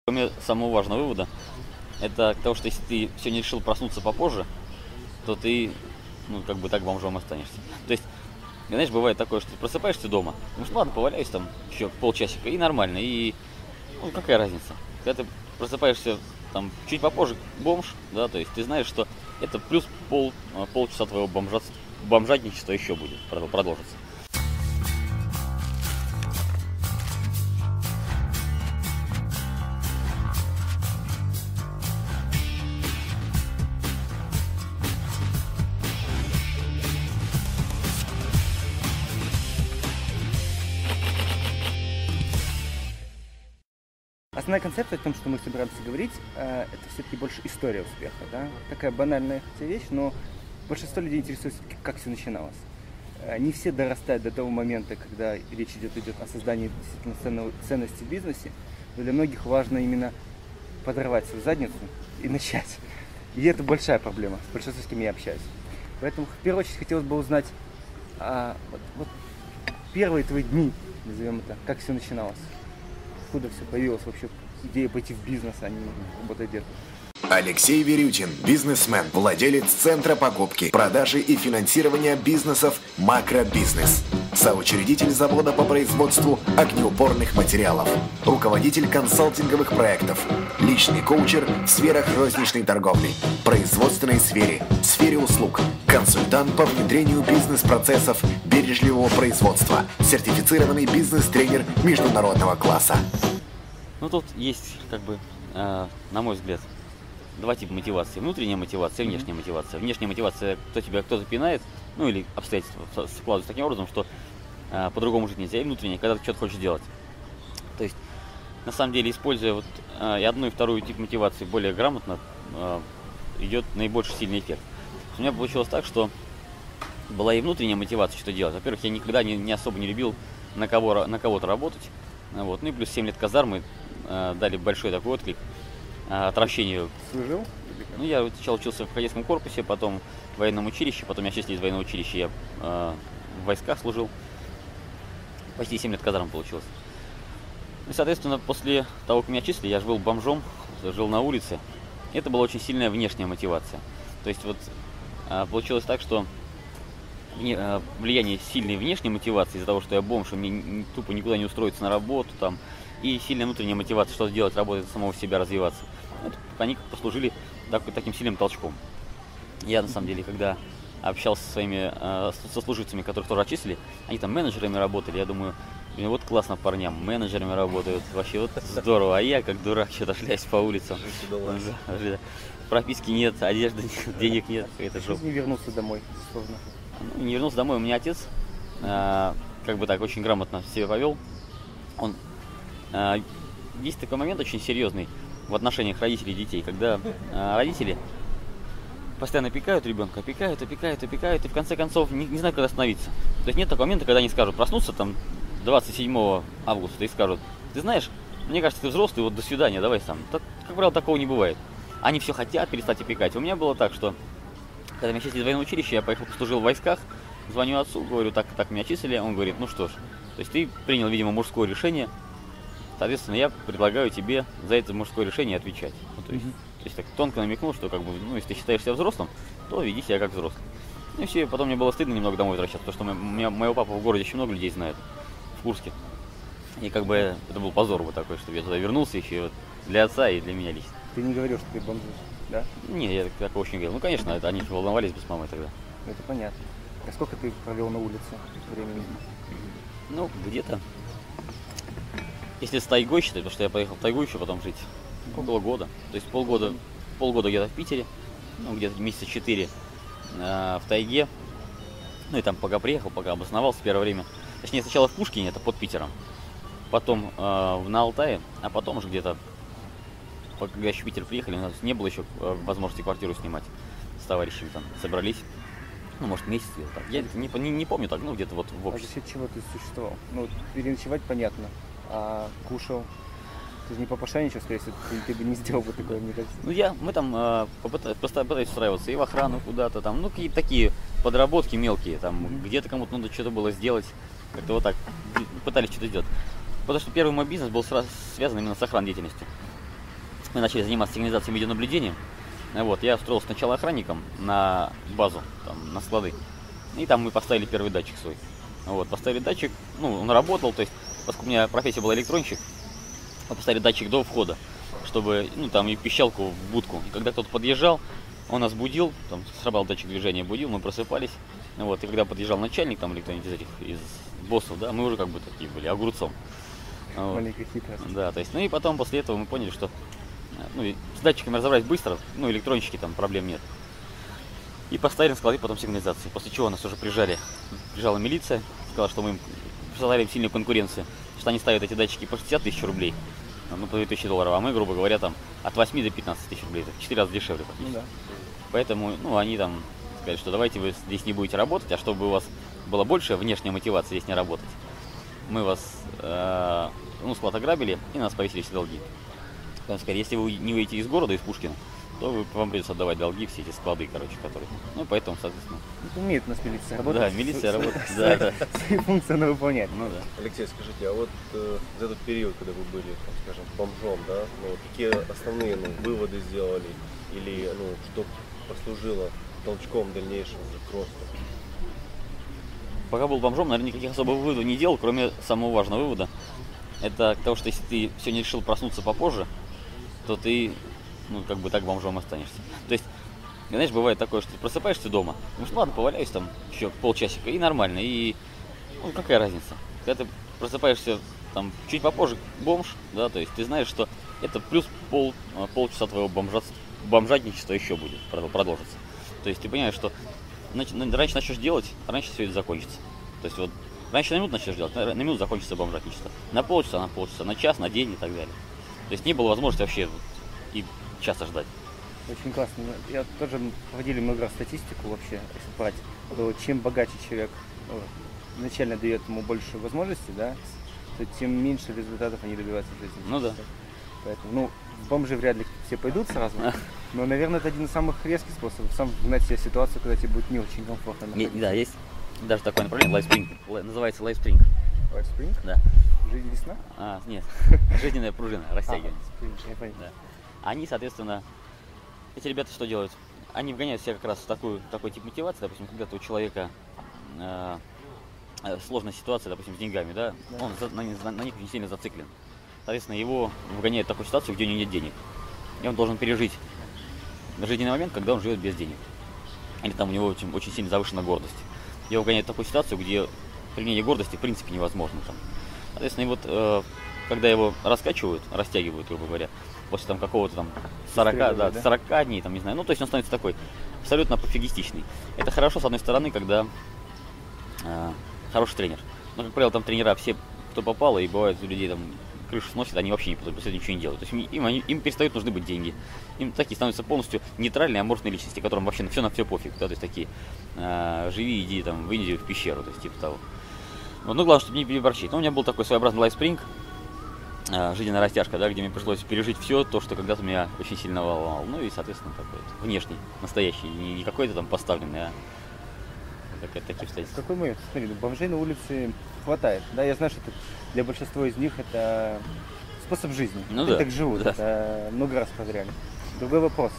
Кроме самого важного вывода, это того, что если ты сегодня решил проснуться попозже, то ты, как бы так бомжом останешься. То есть, знаешь, бывает такое, что ты просыпаешься дома, ну ладно, поваляюсь там еще полчасика, и нормально, и какая разница. Когда ты просыпаешься там чуть попозже, бомж, да, то есть ты знаешь, что это плюс полчаса твоего бомжатничества еще будет продолжится. Основная концепция в том, что мы собираемся говорить, это все-таки больше история успеха, да? Такая банальная хотя вещь, но большинство людей интересует все-таки, как все начиналось. Не все дорастают до того момента, когда речь идет о создании действительно ценности в бизнесе, но для многих важно именно подорвать свою задницу и начать. И это большая проблема, с большинством, с кем я общаюсь. Поэтому в первую очередь хотелось бы узнать, вот первые твои дни, назовем это, как все начиналось. Откуда все появилась вообще идея пойти в бизнес, а не работать где-то? Алексей Верютин, бизнесмен, владелец центра покупки, продажи и финансирования бизнесов «Макробизнес». Соучредитель завода по производству огнеупорных материалов. Руководитель консалтинговых проектов. Личный коучер в сферах розничной торговли, производственной сфере услуг. Консультант по внедрению бизнес-процессов бережливого производства. Сертифицированный бизнес-тренер международного класса. Тут есть, на мой взгляд, два типа мотивации. Внутренняя мотивация и внешняя мотивация. Внешняя мотивация, кто-то пинает, или обстоятельства складываются таким образом, что по-другому жить нельзя. И внутренняя, когда ты что-то хочешь делать. То есть, на самом деле, используя и одну, и вторую тип мотивации более грамотно, идет наибольший сильный эффект. У меня получилось так, что была и внутренняя мотивация что делать. Во-первых, я никогда не особо не любил на кого-то работать. И плюс 7 лет казармы дали большой такой отклик. Отвращению. Служил? Я сначала учился в кадетском корпусе, потом в военном училище, потом я отчислили из военного училища, я в войсках служил. Почти 7 лет казарм получилось. И, соответственно, после того, как меня отчислили, я же был бомжом, жил на улице. Это была очень сильная внешняя мотивация. То есть получилось так, что влияние сильной внешней мотивации из-за того, что я бомж, и мне тупо никуда не устроиться на работу, и сильная внутренняя мотивация, что-то делать, работать, самого себя развиваться. Они послужили таким сильным толчком. Я, на самом деле, когда общался со своими сослуживцами, которых тоже отчислили, они там менеджерами работали, я думаю, вот классно парням, менеджерами работают, вообще здорово, а я, как дурак, что-то шляюсь по улицам. Прописки нет, одежды нет, денег нет, это жопа. Не вернулся домой, условно. Не вернулся домой, у меня отец, очень грамотно себя повел. Есть такой момент очень серьезный в отношениях родителей и детей, когда родители постоянно опекают ребенка, опекают, и в конце концов не знают, когда остановиться. То есть нет такого момента, когда они скажут, проснуться 27 августа и скажут, ты знаешь, мне кажется, ты взрослый, до свидания, давай сам. Как правило, такого не бывает. Они все хотят перестать опекать. У меня было так, что когда меня отчислили из военного училища, я поехал, послужил в войсках, звоню отцу, говорю, так меня отчислили, он говорит, то есть ты принял, видимо, мужское решение, соответственно, я предлагаю тебе за это мужское решение отвечать. То есть так тонко намекнул, что если ты считаешь себя взрослым, то веди себя как взрослый. И все, потом мне было стыдно немного домой возвращаться, потому что моего папу в городе очень много людей знает, в Курске. И это был позор такой, чтобы я туда вернулся еще для отца и для меня лично. Ты не говорил, что ты бомжишь, да? Не, я такого очень не говорил. Конечно, они же волновались бы с мамой тогда. Это понятно. А сколько ты провел на улице времени? Где-то. Если с тайгой считать, потому что я поехал в тайгу еще потом жить, около года. То есть полгода где-то в Питере, где-то месяца 4 в тайге. И там пока приехал, пока обосновался первое время. Точнее, сначала в Пушкине, это под Питером. Потом на Алтае, а потом уже где-то, когда еще в Питер приехали, у нас не было еще возможности квартиру снимать. С товарищами собрались. Может, месяц или так. Я не помню так, где-то в общем. А за счет чего ты существовал? Переночевать понятно. А кушал? Ты же не попошайничал, скорее всего, ты бы не сделал бы такое, мне кажется. Мы там пытались устраиваться и в охрану куда-то, какие-то такие подработки мелкие, где-то кому-то надо что-то было сделать, как-то пытались что-то сделать. Потому что первый мой бизнес был связан именно с охранной деятельностью. мы начали заниматься сигнализацией видеонаблюдением. Вот, я устроился сначала охранником на базу, там, на склады. И там мы поставили первый датчик свой. Вот, поставили датчик, ну, он работал, то есть, поскольку у меня профессия была электронщик, мы поставили датчик до входа, чтобы, ну, там, и пищалку в будку. И когда кто-то подъезжал, он нас будил, там, срабатывал датчик движения, будил, мы просыпались. Вот, и когда подъезжал начальник, там, или кто-нибудь из этих, из боссов, да, мы уже как бы такие были, огурцом. Вот. Маленькая хитрость. Да, то есть, ну и потом после этого мы поняли, что, ну, и с датчиками разобрались быстро, ну, электронщики, там, проблем нет. И поставили на склады потом сигнализации, после чего нас уже прижала милиция, сказала, что мы им создали сильную конкуренцию, что они ставят эти датчики по 60 тысяч рублей, ну, по 2000 долларов, а мы, грубо говоря, там, от 8 до 15 тысяч рублей, это в 4 раза дешевле. Ну, да. Поэтому, ну, они там сказали, что давайте вы здесь не будете работать, а чтобы у вас была большая внешняя мотивация здесь не работать, мы вас, ну, склад ограбили и нас повесили все долги. Потом сказали, если вы не выйдете из города, из Пушкина, то вам придется отдавать долги, все эти склады, короче, которые. Ну, поэтому, соответственно. Умеет у нас милиция работать. Да, милиция работает, да. Свои функции она выполняет. Ну да. Алексей, скажите, а вот за этот период, когда вы были, там, скажем, бомжом, да, ну, какие основные, ну, выводы сделали или, ну, что послужило толчком дальнейшего уже к росту? Пока был бомжом, наверное, никаких особых выводов не делал, кроме самого важного вывода. Это того, что если ты сегодня решил проснуться попозже, то ты, ну, как бы так бомжом останешься. То есть, знаешь, бывает такое, что ты просыпаешься дома, думаешь, ладно, поваляюсь там еще полчасика, и нормально, и, ну, какая разница. Когда ты просыпаешься там чуть попозже, бомж, да, то есть ты знаешь, что это плюс полчаса твоего бомжатничества еще будет, продолжится. То есть ты понимаешь, что раньше начнешь делать, раньше все это закончится. То есть вот раньше на минуту начнешь делать, на минуту закончится бомжатничество. На полчаса, на час, на день и так далее. То есть не было возможности вообще и часа ждать. Очень классно. Я тоже проводили много раз статистику вообще, если брать, то чем богаче человек изначально дает ему больше возможностей, да, то тем меньше результатов они добиваются в жизни. Ну да. Поэтому, ну, в бомжи вряд ли все пойдут сразу, но, наверное, это один из самых резких способов сам вгнать себя в ситуацию, когда тебе будет не очень комфортно. Да, есть даже такое направление, LifeSpring, называется LifeSpring. LifeSpring? Да. Жизнь весна? Нет, жизненная пружина, растягивание. Да. Они, соответственно, эти ребята что делают? Они вгоняют себя как раз в такой тип мотивации, допустим, когда-то у человека сложная ситуация, допустим, с деньгами, да, он на них очень сильно зациклен. Соответственно, его вгоняют в такую ситуацию, где у него нет денег. И он должен пережить жизненный момент, когда он живет без денег. Или там у него очень сильно завышена гордость. Его вгоняют в такую ситуацию, где применение гордости в принципе невозможно. Там. Соответственно, и вот когда его раскачивают, растягивают, грубо говоря, после там какого-то там 40 дней, там, не знаю, ну, то есть он становится такой абсолютно пофигистичный. Это хорошо, с одной стороны, когда хороший тренер. Но, как правило, там тренера все, кто попало, и бывает у людей там крышу сносит, они вообще после этого ничего не делают. То есть им перестают нужны быть деньги. Им такие становятся полностью нейтральные, аморфные личности, которым вообще на все пофиг. Да? То есть такие, живи, иди там в Индию, в пещеру, то есть типа того. Вот, ну, главное, чтобы не переборщить. Но у меня был такой своеобразный LifeSpring, жизненная растяжка, да, где мне пришлось пережить все то, что когда-то меня очень сильно волновало. Ну и, соответственно, такой вот внешний, настоящий, не какой-то там поставленный, а такие обстоятельства. Какой момент? Смотри, ну, бомжей на улице хватает. Да, я знаю, что для большинства из них это способ жизни. Ну, они да, так живут, да. Это много раз проверяли. Другой вопрос.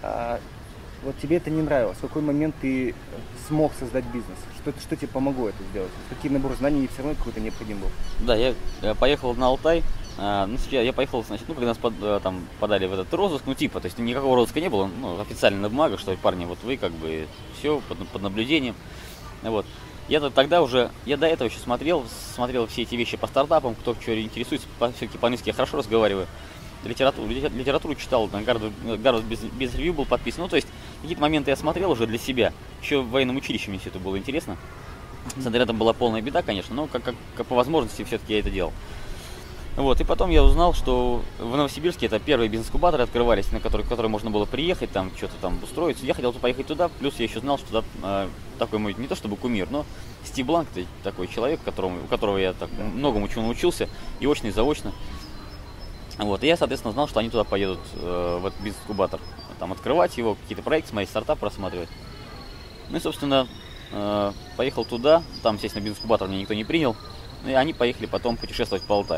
Вот тебе это не нравилось. В какой момент ты смог создать бизнес? Что тебе помогло это сделать? Какие набор знаний все равно какой-то необходим был? Да, я поехал на Алтай. Я поехал, значит, ну, когда нас там подали в этот розыск, ну, типа, то есть никакого розыска не было, ну, официально на бумагах, что, парни, вот вы, как бы, все под наблюдением. Вот. Я до этого еще смотрел все эти вещи по стартапам, кто что интересуется, все-таки по-английски я хорошо разговариваю. Литературу читал, Гарвард без ревью был подписан. Ну, то есть, какие-то моменты я смотрел уже для себя. Еще в военном училище мне все это было интересно. С интернетом была полная беда, конечно, но как по возможности все-таки я это делал. Вот, и потом я узнал, что в Новосибирске это первые бизнес-инкубаторы открывались, на которые можно было приехать, там что-то там устроиться. Я хотел поехать туда, плюс я еще знал, что такой мой, не то чтобы кумир, но Стив Бланк, это такой человек, у которого я так многому чему научился, и очно, и заочно. Вот, и я, соответственно, знал, что они туда поедут, в этот бизнес-инкубатор, там открывать его, какие-то проекты, смотреть, стартап рассматривать. Ну и, собственно, поехал туда, там, естественно, бизнес-инкубатор меня никто не принял. И они поехали потом путешествовать по Алтаю.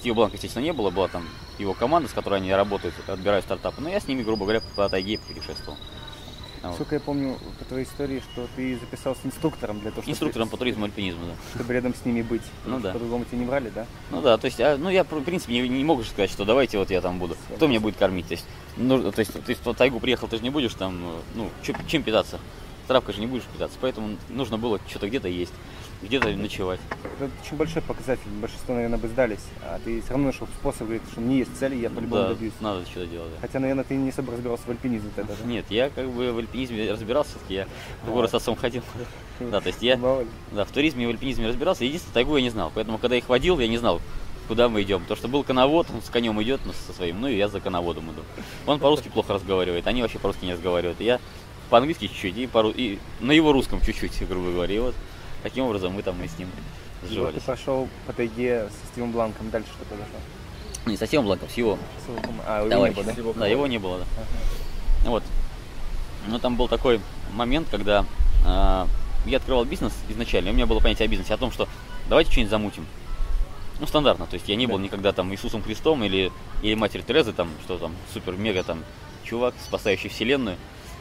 Стива Бланка, естественно, не было, была там его команда, с которой они работают, отбирают стартапы, но я с ними, грубо говоря, по тайге путешествовал. Вот. Насколько я помню по твоей истории, что ты записался инструктором для того, чтобы... Инструктором по туризму и альпинизму, да. Чтобы рядом с ними быть. Ну да. По-другому тебя не брали, да? Ну да, то есть, ну я, в принципе, не могу сказать, что давайте вот я там буду, кто меня будет кормить, то есть, то есть ты в тайгу приехал, ты же не будешь там, ну, чем питаться, травкой же не будешь питаться, поэтому нужно было что-то где-то есть, где-то ночевать. Это очень большой показатель, большинство, наверное, бы сдались, а ты все равно нашел способ, говорит, что мне есть цель, я по-любому Да, добьюсь. надо что-то делать, да. Хотя, наверное, ты не особо разбирался в альпинизме тогда, да? Нет, я как бы в альпинизме разбирался, все-таки я в город с отцом ходил. Да, то есть я в туризме и в альпинизме разбирался, единственное, тайгу я не знал, поэтому когда их водил, я не знал, куда мы идем. Потому что был коновод, он с конем идет со своим, ну и я за коноводом иду. Он по-русски плохо разговаривает, они вообще по-русски не разговаривают. Я по-английски чуть-чуть и на его русском чуть-чуть, грубо говоря. И вот таким образом мы с ним сживались. Ты пошел по тайге со Стивом Бланком, дальше что произошло? Не со Стивом Бланком, с его его не товарищем. было, да? Да, его не было, да. Вот. Ну там был такой момент, когда я открывал бизнес изначально, у меня было понятие о бизнесе, о том, что давайте что-нибудь замутим. Ну, стандартно, то есть я не был никогда там Иисусом Христом или Матерью Терезой, там, что там, супер-мега там чувак, спасающий вселенную.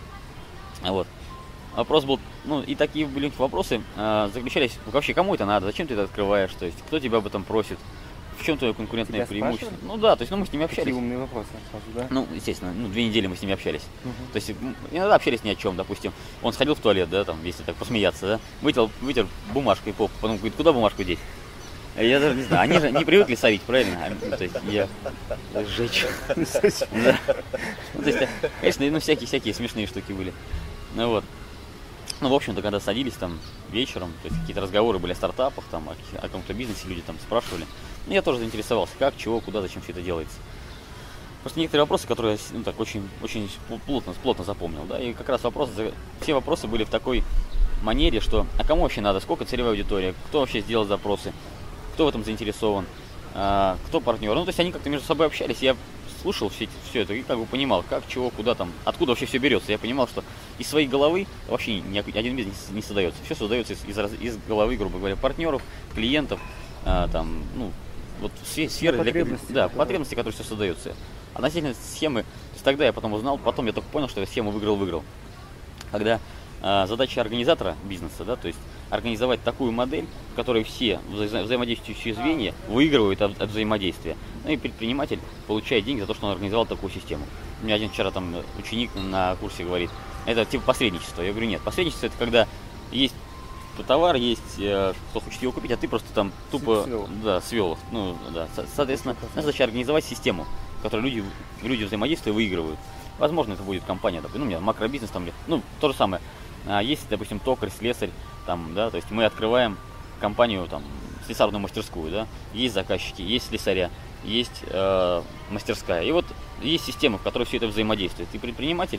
Вот. Вопрос был, ну, и такие были вопросы заключались, вообще кому это надо, зачем ты это открываешь, то есть кто тебя об этом просит, в чем твое конкурентное Тебя преимущество. спрашивали? Ну да, то есть мы с ними общались. Такие умные вопросы сразу, да? Ну, естественно, 2 недели мы с ними общались. То есть иногда общались ни о чем, допустим. Он сходил в туалет, да, там, если так посмеяться, да, вытер бумажкой попу, потом говорит, куда бумажку деть? Я даже не знаю, они же не привыкли сорить, правильно? То есть я сжечь. Да. Ну, то есть, конечно, ну, всякие смешные штуки были. Ну вот. Ну, в общем-то, когда садились там вечером, то есть какие-то разговоры были о стартапах, там, о каком-то бизнесе, люди там спрашивали. Ну, я тоже заинтересовался, как, чего, куда, зачем все это делается. Просто некоторые вопросы, которые я, ну, так очень плотно запомнил, да, и как раз все вопросы были в такой манере, что, а кому вообще надо, сколько целевая аудитория, кто вообще сделал запросы, кто в этом заинтересован, кто партнер. Ну, то есть они как-то между собой общались, я слушал все это и как бы понимал, как, чего, куда там, откуда вообще все берется. Я понимал, что из своей головы вообще ни один бизнес не создается. Все создается из головы, грубо говоря, партнеров, клиентов, там, ну, вот все сферы, потребности, которые все создаются. Относительно схемы, то есть тогда я потом узнал, потом я только понял, что я схему выиграл. Когда задача организатора бизнеса, да, то есть организовать такую модель, в которой все взаимодействующие звенья выигрывают от взаимодействия. Ну и предприниматель получает деньги за то, что он организовал такую систему. У меня один вчера там ученик на курсе говорит, это типа посредничество. Я говорю, нет, посредничество это когда есть товар, есть кто хочет его купить, а ты просто там тупо свел. Ну, да. Соответственно, задача организовать систему, в которой люди взаимодействия выигрывают. Возможно, это будет компания, допустим, ну, у меня макробизнес там, ну, то же самое. Есть, допустим, токарь, слесарь, там, да, то есть мы открываем компанию, там, слесарную мастерскую, да, есть заказчики, есть слесаря, есть мастерская. И вот есть система, в которой все это взаимодействует. И предприниматель,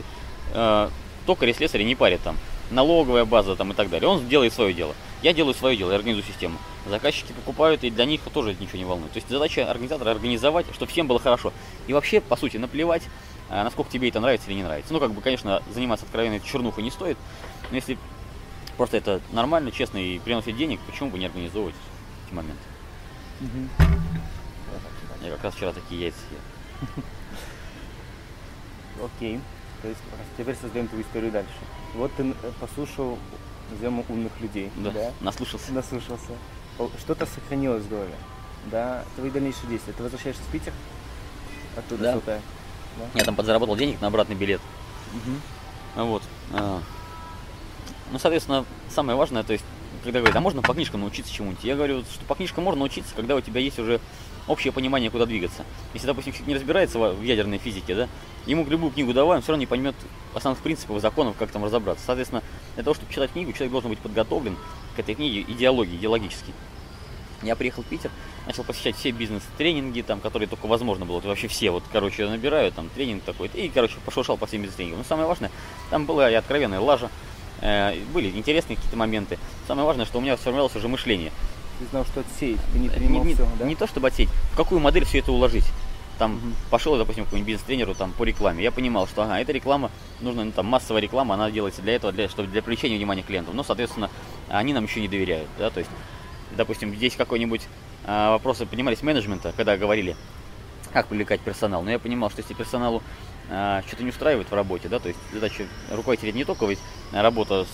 токарь и слесарь не парят там, налоговая база там и так далее. Он делает свое дело. Я делаю свое дело, я организую систему. Заказчики покупают, и для них тоже ничего не волнует. То есть задача организатора организовать, чтобы всем было хорошо. И вообще, по сути, наплевать, насколько тебе это нравится или не нравится. Ну, как бы, конечно, заниматься откровенной чернухой не стоит, но если просто это нормально, честно и приносит денег, почему бы не организовывать эти моменты? Я как раз вчера такие яйца съел. Окей. То есть теперь создаем твою историю дальше. Вот ты послушал, назовем умных людей. Да, наслушался. Что-то сохранилось в голове. Да, твои дальнейшие действия. Ты возвращаешься в Питер? Оттуда да. с Алтая? Да? Я там подзаработал денег на обратный билет. Вот. Ну, соответственно, самое важное, то есть, когда говорят, а можно по книжкам научиться чему-нибудь? Я говорю, что по книжкам можно научиться, когда у тебя есть уже общее понимание, куда двигаться. Если, допустим, человек не разбирается в ядерной физике, да, ему любую книгу давай, он все равно не поймет основных принципов, законов, как там разобраться. Соответственно, для того, чтобы читать книгу, человек должен быть подготовлен к этой книге идеологически. Я приехал в Питер, начал посещать все бизнес-тренинги, там, которые только возможно было. Это вообще все, вот, короче, набираю, там, тренинг такой-то, и, короче, пошел по всем бизнес-тренингам. Но самое важное, там была и откровенная лажа, были интересные какие-то моменты. Самое важное, что у меня сформировалось уже мышление. Ты знал, что отсеять, ты не принимал все, да? Не то, чтобы отсеять, в какую модель все это уложить. Там пошел, допустим, к какому-нибудь бизнес-тренеру там, по рекламе. Я понимал, что эта реклама, нужна, ну, там, массовая реклама, она делается для этого, чтобы для привлечения внимания клиентов. Но, соответственно, они нам еще не доверяют. Да? То есть, допустим, здесь какой-нибудь вопросы поднимались менеджмента, когда говорили, как привлекать персонал. Но я понимал, что если персоналу что-то не устраивает в работе, да, то есть задача руководителя не только ведь работа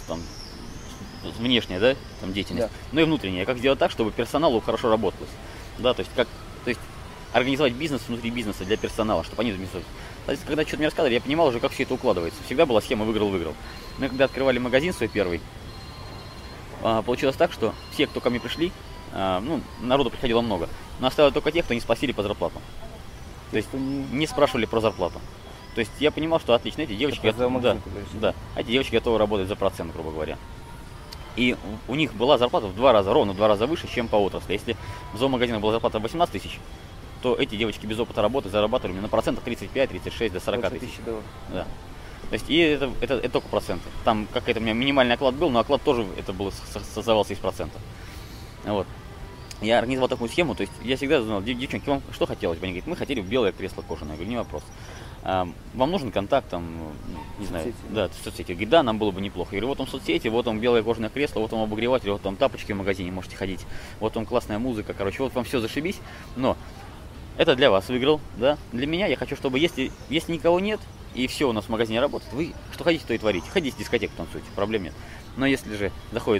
внешняя, да, там деятельность, но и внутренняя. Как сделать так, чтобы персоналу хорошо работалось, да, то есть организовать бизнес внутри бизнеса для персонала, чтобы они замесовались. То есть, когда что-то мне рассказывали, я понимал уже, как все это укладывается. Всегда была схема выиграл-выиграл. Мы когда открывали магазин свой первый, получилось так, что все, кто ко мне пришли, народу приходило много, но оставили только тех, кто не спросили по зарплату. То есть не спрашивали про зарплату. То есть я понимал, что отлично, эти девочки, эти девочки готовы работать за процент, грубо говоря. И у них была зарплата ровно в 2 раза выше, чем по отрасли. Если в зоомагазинах была зарплата 18 тысяч, то эти девочки без опыта работы зарабатывали на процентах 35, 36 до 40 тысяч. Да. То есть и это только проценты. Там какой-то у меня минимальный оклад был, но оклад тоже создавался из процентов. Вот. Я организовал такую схему, то есть я всегда знал, девчонки, вам что хотелось бы? Они говорят, мы хотели в белое кресло кожаное. Я говорю, не вопрос. Вам нужен контакт, там, не знаю, да, в соцсети. Говорит, да, нам было бы неплохо. Я говорю, вот вам соцсети, вот вам белое кожаное кресло, вот вам обогреватель, вот вам тапочки в магазине, можете ходить, вот вам классная музыка, короче, вот вам все зашибись, но это для вас выиграл, да. Для меня я хочу, чтобы если никого нет, и все у нас в магазине работает, вы что хотите, то и творите. Ходите в дискотеку, танцуйте, проблем нет. Но если же заходит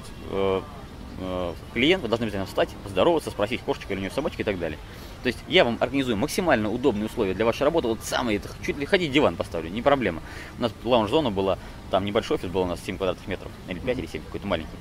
клиент, вы должны обязательно встать, поздороваться, спросить, кошечка или у нее собачка и так далее. То есть я вам организую максимально удобные условия для вашей работы. Вот самые, чуть ли ходить диван поставлю, не проблема. У нас лаунж-зона была, там небольшой офис был у нас 7 квадратных метров, или 5, или 7, какой-то маленький.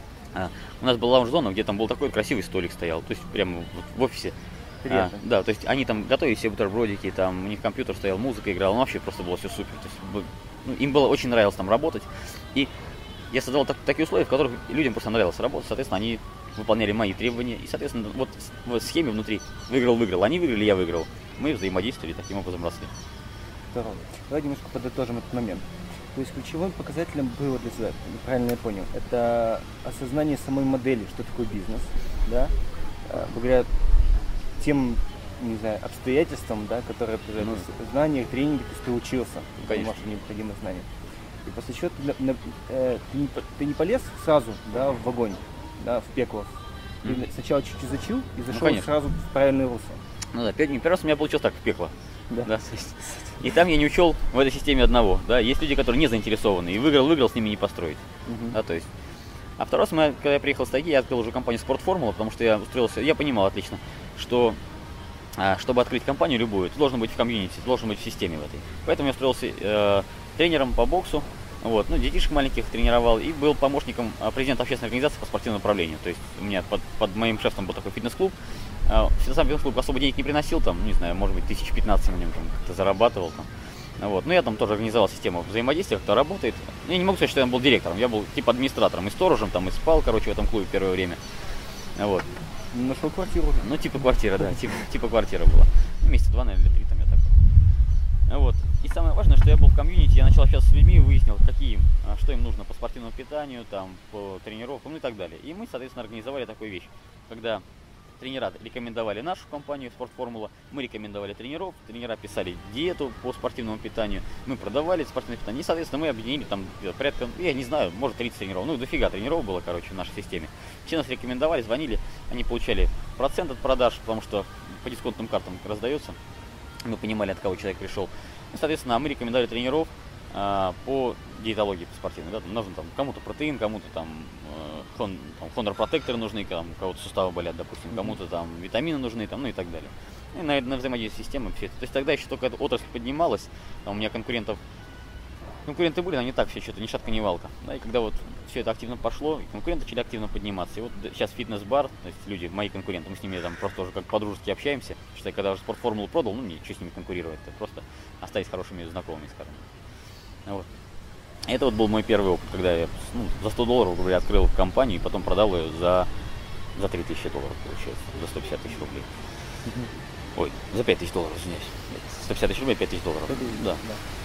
У нас была лаунж-зона, где там был такой красивый столик стоял, то есть прямо вот в офисе. Да, то есть они там готовили себе бутербродики, там у них компьютер стоял, музыка играла, ну вообще просто было все супер. То есть, им было очень нравилось там работать. И я создал такие условия, в которых людям просто нравилось работать, соответственно, они выполняли мои требования, и, соответственно, вот в схеме внутри выиграл-выиграл, они выиграли, я выиграл. Мы взаимодействовали, таким образом росли. Здорово. Давай немножко подытожим этот момент. То есть ключевым показателем было для тебя, правильно я понял, это осознание самой модели, что такое бизнес, да, благодаря тем, не знаю, обстоятельствам, да, которые в знаниях, тренинге ты учился, понимаешь необходимые знания. И после чего ты не полез сразу, да, в огонь, да, в пекло. Ты сначала чуть-чуть изучил и зашел сразу в правильное русло. Ну да, первый раз у меня получилось так, в пекло. Да. И там я не учел в этой системе одного. Да, есть люди, которые не заинтересованы, и выиграл, с ними не построить. Да, то есть. А второй раз, когда я приехал с Тайги, я открыл уже компанию Спортформула, потому что я устроился, я понимал отлично, что чтобы открыть компанию любую, ты должен быть в комьюнити, ты должен быть в системе в этой. Поэтому я устроился тренером по боксу, вот, детишек маленьких тренировал и был помощником президента общественной организации по спортивному направлению. То есть у меня под моим шефом был такой фитнес-клуб. Сам фитнес-клуб особо денег не приносил, там, не знаю, может быть, 1015 на нем как-то зарабатывал. Там. Вот. Но я там тоже организовал систему взаимодействия, кто работает. Я не могу сказать, что я был директором, я был типа администратором и сторожем, там, и спал, короче, в этом клубе первое время. Вот. Нашел квартиру. Ну, типа квартира, да, типа квартира была. Месяца 2, наверное, или 3 там я так. Вот. И самое важное, что я был в комьюнити, я начал общаться с людьми, выяснил, что им нужно по спортивному питанию, там, по тренировкам, ну и так далее. И мы, соответственно, организовали такую вещь, когда тренера рекомендовали нашу компанию Спортформула, мы рекомендовали тренеров, тренера писали диету по спортивному питанию, мы продавали спортивное питание, и, соответственно, мы объединили там порядка, я не знаю, может 30 тренеров, ну дофига тренеров было, короче, в нашей системе. Все нас рекомендовали, звонили, они получали процент от продаж, потому что по дисконтным картам раздается, мы понимали, от кого человек пришел. И, соответственно, мы рекомендовали тренеров по диетологии, по спортивной. Да? Нужен там кому-то протеин, кому-то там хондропротекторы нужны, там, у кого-то суставы болят, допустим, кому-то там витамины нужны, там, ну и так далее. И на взаимодействие с системой все это. То есть тогда еще только эта отрасль поднималась, там у меня конкуренты были, но не так все что-то, ни шатка, ни валка. Да, и когда вот все это активно пошло, и конкуренты начали активно подниматься. И вот сейчас фитнес-бар, то есть люди, мои конкуренты, мы с ними там просто уже как по-дружески общаемся. Считай, когда уже Спортформулу продал, ну ничего с ними конкурировать, просто остались хорошими знакомыми, скажем. Вот. Это вот был мой первый опыт, когда я за $100, грубо говоря, открыл компанию и потом продал ее за $3000, получается, за 150 тысяч рублей. Ой, за $5000, извиняюсь. 150 тысяч рублей, $5000. Да.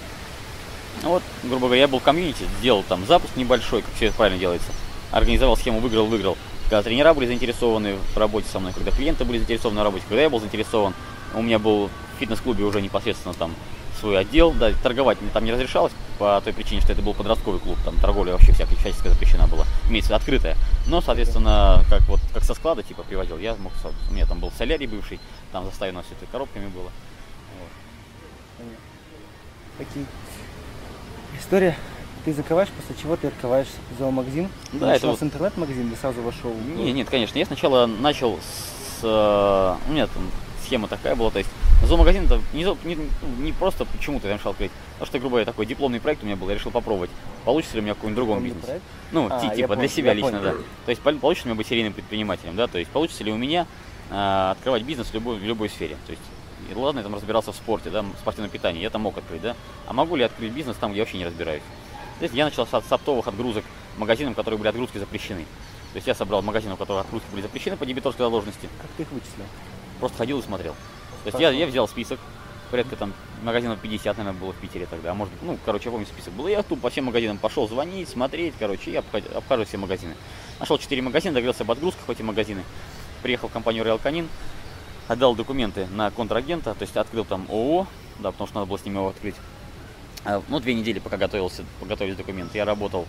Вот, грубо говоря, я был в комьюнити, сделал там запуск небольшой, как все это правильно делается. Организовал схему выиграл. Когда тренера были заинтересованы в работе со мной, когда клиенты были заинтересованы в работе, когда я был заинтересован, у меня был фитнес-клубе уже непосредственно там свой отдел, да, торговать мне там не разрешалось по той причине, что это был подростковый клуб, там торговля вообще всяческая запрещена была, имеется в виду открытая. Но, соответственно, как со склада типа привозил, я мог, у меня там был солярий бывший, там заставлено все это коробками было. Вот. Окей. История. Ты закрываешь, после чего ты открываешь зоомагазин? Да, ты это начал вот... с интернет-магазина или сразу вошел? Нет, конечно. Я сначала начал с... У меня там схема такая была, то есть зоомагазин это не просто почему-то я решил открыть, потому что, грубо говоря, такой дипломный проект у меня был, я решил попробовать, получится ли у меня в каком-нибудь другом бизнесе. Проект? Ну, типа для себя лично, понял. да. То есть получится ли у меня быть серийным предпринимателем, да, то есть получится ли у меня открывать бизнес в любой сфере. То есть, и ладно, я там разбирался в спорте, да, в спортивном питании, я там мог открыть, да. А могу ли открыть бизнес там, где я вообще не разбираюсь? То есть я начал с оптовых отгрузок магазинам, которые были отгрузки запрещены. То есть я собрал магазины, у которых отгрузки были запрещены по дебиторской задолженности. Как ты их вычислил? Просто ходил и смотрел. То есть я взял список, порядка там магазинов 50, наверное, было в Питере тогда. А может, ну, короче, я помню список был. Я тут по всем магазинам пошел звонить, смотреть, короче, и обхожу все магазины. Нашел 4 магазина, договорился об отгрузках в эти магазины. Приехал в компанию Royal Canin, отдал документы на контрагента, то есть открыл там ООО, да, потому что надо было с ними его открыть. Ну, 2 недели, пока готовились документы, я работал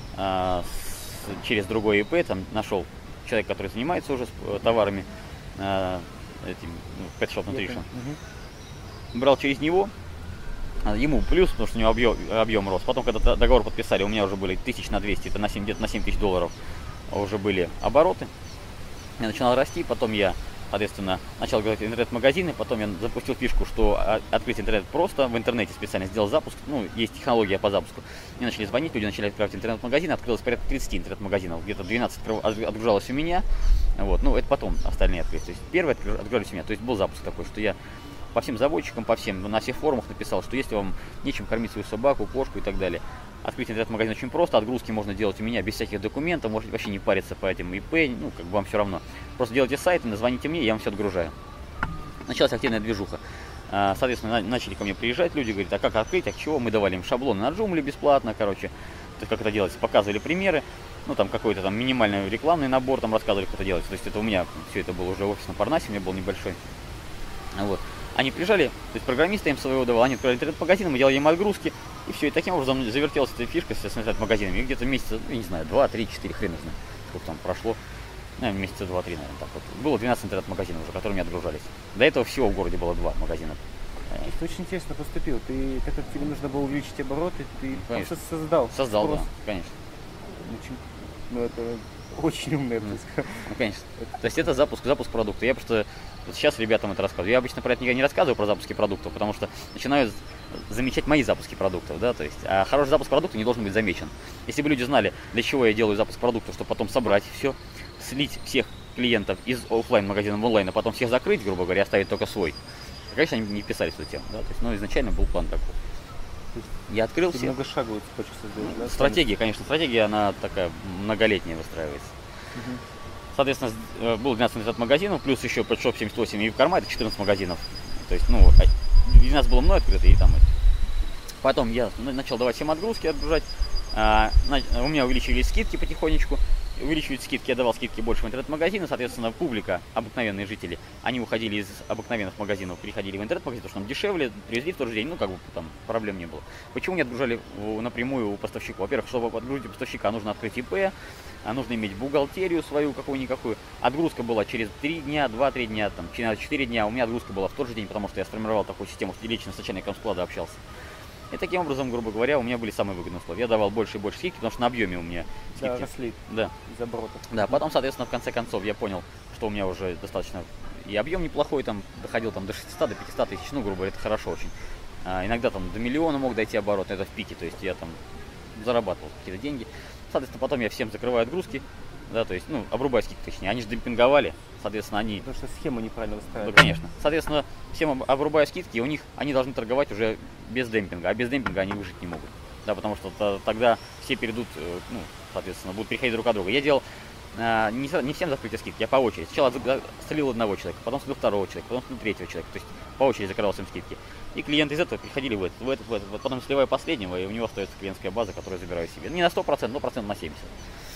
через другой ИП, там нашел человека, который занимается уже товарами, этим, Pet Shop Nutrition. Брал через него, ему плюс, потому что у него объем рос. Потом, когда договор подписали, у меня уже были 1200, это где-то на 7 тысяч долларов уже были обороты. Я начинал расти, потом я, соответственно, начал говорить интернет-магазины, потом я запустил фишку, что открыть интернет просто, в интернете специально сделал запуск, ну, есть технология по запуску. Мне начали звонить, люди начали открывать интернет-магазины, открылось порядка 30 интернет-магазинов, где-то 12 отгружалось у меня, вот, ну, это потом остальные открылись. То есть первые отгружались у меня, то есть был запуск такой, что я по всем заводчикам, на всех форумах написал, что если вам нечем кормить свою собаку, кошку и так далее, открыть интернет-магазин очень просто, отгрузки можно делать у меня без всяких документов, можете вообще не париться по этим ИП, ну, как бы вам все равно. Просто делайте сайт, назвоните мне, я вам все отгружаю. Началась активная движуха. Соответственно, начали ко мне приезжать люди, говорят, а как открыть, а чего? Мы давали им шаблоны на Joomla бесплатно, короче, то есть как это делается, показывали примеры, ну, там какой-то там минимальный рекламный набор, там рассказывали, как это делается. То есть это у меня все это было уже офис на Парнасе, у меня был небольшой. Вот. Они приезжали, то есть программисты им своего давал, они открыли интернет-магазин, мы делали им отгрузки, и все, и таким образом завертелась эта фишка с интернет-магазинами. И где-то месяца, ну, не знаю, 2, 3, 4, хрен знаю, сколько там прошло, наверное, месяца 2-3, наверное, так вот. Было 12 интернет-магазинов уже, которыми отгружались. До этого всего в городе было 2 магазина. Ты очень интересно поступил. Ты, так как тебе нужно было увеличить обороты, ты Конечно. просто создал. Создал, спрос. да, конечно. Ну, это очень умно, я бы сказал. Ну, конечно. То есть это запуск продукта. Я просто вот сейчас ребятам это рассказываю. Я обычно про это никогда не рассказываю, про запуски продуктов, потому что начинаю замечать мои запуски продуктов, да, то есть, а хороший запуск продукта не должен быть замечен. Если бы люди знали, для чего я делаю запуск продуктов, чтобы потом собрать все, слить всех клиентов из офлайн магазина в онлайн, а потом всех закрыть, грубо говоря, оставить только свой, конечно, они не вписались в эту тему, да, то есть, но изначально был план такой. Я открыл все. Многошаговую цепочку создаешь, да? Стратегия, конечно, стратегия, она такая многолетняя выстраивается. Соответственно, было 12 интернет-магазинов, плюс еще Pet Shop 78 и в Карма, это 14 магазинов. То есть, ну, 12 было мной открыто, и там. Потом я начал давать всем отгрузки, отгружать. У меня увеличились скидки потихонечку. Увеличивать скидки, я давал скидки больше в интернет-магазины, соответственно, пупублика, обыкновенные жители, они уходили из обыкновенных магазинов, переходили в интернет-магазин, потому что там дешевле, привезли в тот же день, ну, как бы там проблем не было. Почему не отгружали напрямую у поставщика? Во-первых, чтобы отгрузить у поставщика, нужно открыть ИП, нужно иметь бухгалтерию свою какую-никакую. Отгрузка была через 3 дня, 2-3 дня, там, через 4 дня. У меня отгрузка была в тот же день, потому что я сформировал такую систему, что лично с начальником склада общался. И таким образом, грубо говоря, у меня были самые выгодные условия. Я давал больше и больше скидки, потому что на объеме у меня скидки. Да, росли. Да. Из оборотов. Да, потом, соответственно, в конце концов я понял, что у меня уже достаточно и объем неплохой, там доходил там, до 600, до 500 тысяч, ну, грубо говоря, это хорошо очень. Иногда там до миллиона мог дойти оборот, это в пике, то есть я там зарабатывал какие-то деньги. Соответственно, потом я всем закрываю отгрузки, да, то есть, ну, обрубаю скидки, точнее, они же демпинговали, соответственно, они... Потому что схему неправильно выстраивали. Да, конечно. Соответственно, всем обрубаю скидки, и у них, они должны торговать уже без демпинга, а без демпинга они выжить не могут. Да, потому что тогда все перейдут, ну, соответственно, будут переходить друг от друга. Я делал не всем закрытие скидки, я по очереди. Сначала слил одного человека, потом слил второго человека, потом слил третьего человека. То есть по очереди закрывал всем скидки. И клиенты из этого переходили в этот. Потом сливаю последнего, и у него остается клиентская база, которую я забираю себе. Не на 100%, но процент на 70%.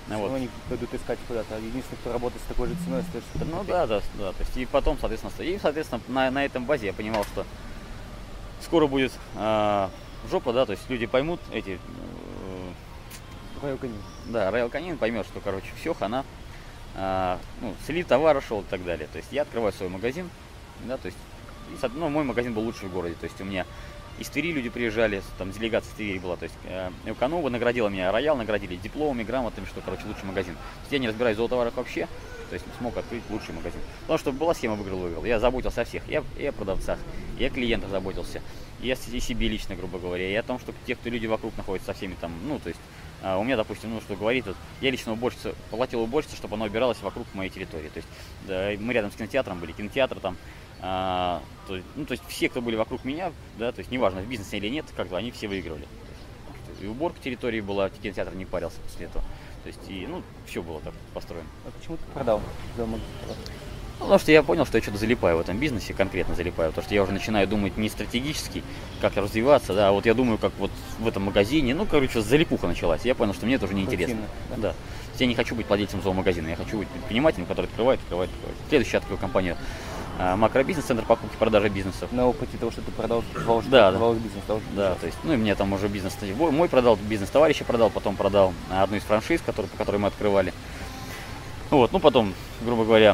Вот. Они пойдут искать куда-то. Единственное, кто работает с такой же ценой, стоит что-то. Ну да. То есть и потом, соответственно, на этом базе я понимал, что скоро будет жопа, да, то есть люди поймут эти... Royal Canin. Да, Royal Canin поймет, что, короче, все, хана, слив товара шел и так далее. То есть я открываю свой магазин, да, то есть, мой магазин был лучший в городе, то есть у меня из Твери люди приезжали, там делегация из Твери была, то есть Эуканова наградила меня, Роял наградили дипломами, грамотами, что, короче, лучший магазин. То есть я не разбираюсь в золотоварах вообще, то есть смог открыть лучший магазин. Потому что была схема выиграл. Я заботился о всех, и о продавцах, и о клиентах заботился, и о себе лично, грубо говоря, и о том, что те, кто люди вокруг находятся, со всеми там, то есть у меня, допустим, что говорит, я лично платил уборщице, чтобы она убиралась вокруг моей территории. То есть мы рядом с кинотеатром были, кинотеатр там, то есть все, кто были вокруг меня, да, то есть неважно, в бизнесе или нет, как-то они все выигрывали. То есть, и уборка территории была, кинотеатр не парился после этого. То есть, все было так построено. А почему ты продал? Потому что я понял, что я что-то залипаю в этом бизнесе, конкретно залипаю, потому что я уже начинаю думать не стратегически, как развиваться, да, а вот я думаю, как вот в этом магазине, залипуха началась, я понял, что мне это уже неинтересно. Да. Я не хочу быть владельцем зоомагазина, я хочу быть предпринимателем, который открывает. Следующий открою компанию Макробизнес, центр покупки и продажи бизнесов. На опыте того, что ты продал бизнес. Да, то есть, и мне там уже бизнес мой продал, бизнес товарища продал, потом продал одну из франшиз, по которой мы открывали. Потом, грубо говоря,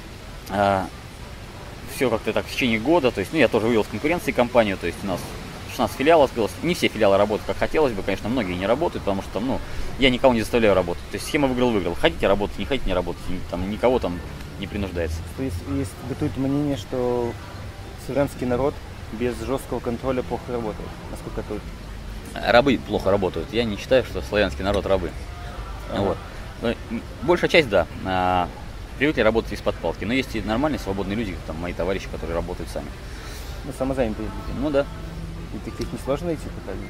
все как-то так в течение года, то есть, я тоже вывел в конкуренции компанию, то есть у нас 16 филиалов открылось, не все филиалы работают как хотелось бы, конечно, многие не работают, потому что там, я никого не заставляю работать, то есть схема выиграл, хотите работать, не хотите не работать, там никого там не принуждается. То есть бытует мнение, что славянский народ без жесткого контроля плохо работает, насколько это... Рабы плохо работают, я не считаю, что славянский народ рабы. Вот. Но большая часть, да, привыкли работать из-под палки, но есть и нормальные свободные люди, там мои товарищи, которые работают сами. Самозанятые люди. Ну да. И таких несложно найти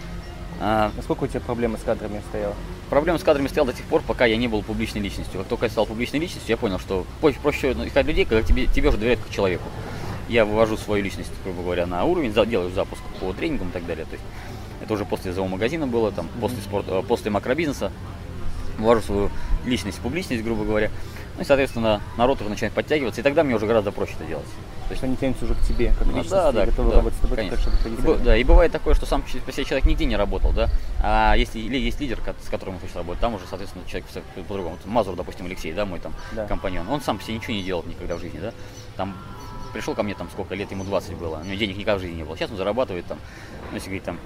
пока? Насколько у тебя проблема с кадрами стояла? Проблема с кадрами стояла до тех пор, пока я не был публичной личностью. Как только я стал публичной личностью, я понял, что проще искать людей, когда тебе уже доверяют как человеку. Я вывожу свою личность, грубо говоря, на уровень, делаю запуск по тренингам и так далее. То есть это уже после зоомагазина было, там, после макробизнеса. Ввожу свою личность в публичность, грубо говоря. И, соответственно, народ уже начинает подтягиваться, и тогда мне уже гораздо проще это делать. То есть они тянутся уже к тебе, как личности, готовы работать с тобой, конечно. Да, и бывает такое, что сам по себе человек нигде не работал, да, а если есть лидер, с которым он хочет работать, там уже, соответственно, человек по-другому. Mazur, допустим, Алексей, да, мой там компаньон, он сам по себе ничего не делал никогда в жизни, да, там пришел ко мне, там, сколько лет, ему 20 было, у него денег никогда в жизни не было, сейчас он зарабатывает, там, если говорить, там,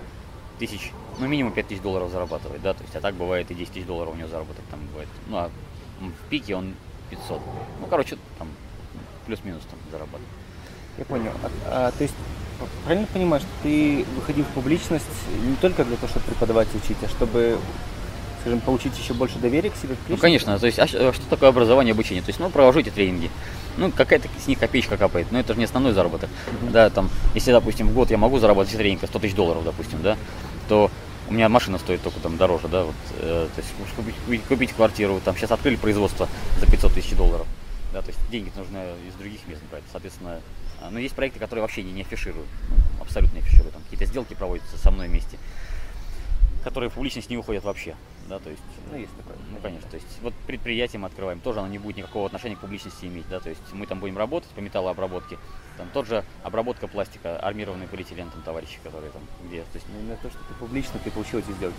минимум $5000 зарабатывает, да, то есть, а так бывает и $10 000 у него заработок, там, бывает, а в пике он 500, там, плюс-минус там зарабатывает. Я понял. То есть, правильно понимаю, что ты выходил в публичность не только для того, чтобы преподавать и учить, а чтобы, скажем, получить еще больше доверия к себе? Конечно. То есть, что такое образование, обучение? То есть, провожу эти тренинги. Какая-то с них копеечка капает, но это же не основной заработок. Да, там, если, допустим, в год я могу заработать с тренинга $100 000, допустим, да, то у меня машина стоит только там дороже, да, вот, то есть купить квартиру, там сейчас открыли производство за $500 000. Да, то есть деньги нужно из других мест брать, соответственно. Но есть проекты, которые вообще не афишируют, абсолютно не афишируют. Там какие-то сделки проводятся со мной вместе, которые в публичность не выходят вообще. Да, то есть, есть такое. Конечно. То есть вот предприятие мы открываем, тоже оно не будет никакого отношения к публичности иметь. Да, то есть мы там будем работать по металлообработке. Там тот же обработка пластика, армированный полиэтилен, там товарищи, которые там где. То есть, именно то, что ты публично, ты получил эти сделки.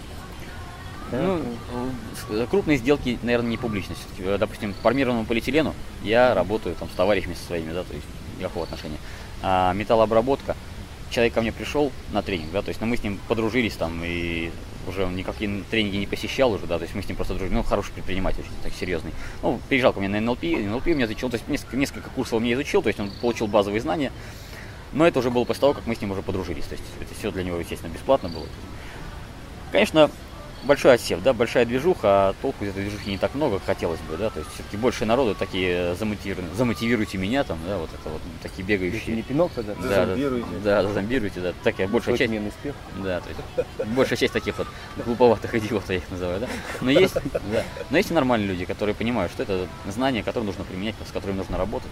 Крупные сделки, наверное, не публичность. Допустим, по армированному полиэтилену я работаю там с товарищами со своими, да, то есть никакого отношения. А металлообработка, человек ко мне пришел на тренинг, да, то есть мы с ним подружились там, и уже он никакие тренинги не посещал уже, да, то есть мы с ним просто дружили, хороший предприниматель, очень так серьезный. Приезжал ко мне на НЛП у меня изучил, то есть несколько курсов у меня изучил, то есть он получил базовые знания, но это уже было после того, как мы с ним уже подружились, то есть это все для него, естественно, бесплатно было. Конечно, большой отсев, да, большая движуха, а толку из этой движухи не так много, как хотелось бы, да, то есть все-таки больше народу такие замотивируйте меня, там, да, вот это вот такие бегающие. Не пинок тогда? Зазомбируйте, да, такая большая часть. Да, то есть большая часть таких вот глуповатых идиотов, я их называю, да. Но есть и нормальные люди, которые понимают, что это знания, которые нужно применять, с которыми нужно работать.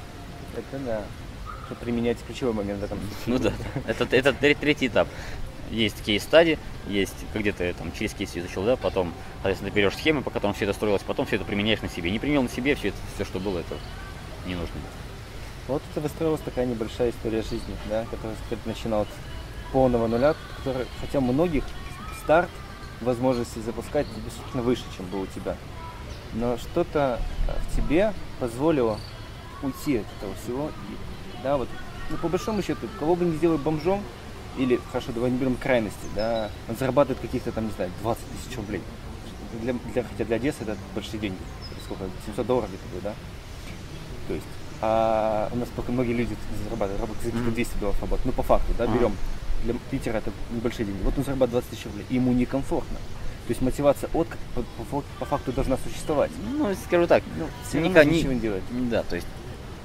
Это да. Что применять ключевой момент в этом. Да, это третий этап. есть кейс-стади, есть, где ты там через кейс изучил, да, потом, соответственно, ты берешь схемы, по которым все это строилось, потом все это применяешь на себе. Не применил на себе, все что было, это не нужно. Вот это выстроилась такая небольшая история жизни, да, которая начинала с полного нуля, который, хотя у многих старт возможности запускать действительно выше, чем был у тебя. Но что-то в тебе позволило уйти от этого всего. И, да, вот, ну, по большому счету, кого бы ни сделали бомжом, или, хорошо, давай не берем крайности, да, он зарабатывает каких-то там, не знаю, 20 тысяч рублей. Хотя для Одессы это большие деньги. Сколько? $700 где-то будет, да? То есть, а у нас только многие люди зарабатывают за какие-то $200 работают. Ну, по факту, да, берем. Для Питера это небольшие деньги. Вот он зарабатывает 20 тысяч рублей, и ему некомфортно. То есть мотивация от по факту должна существовать. Ну, скажу так, ну, ничего не делать. Да, то есть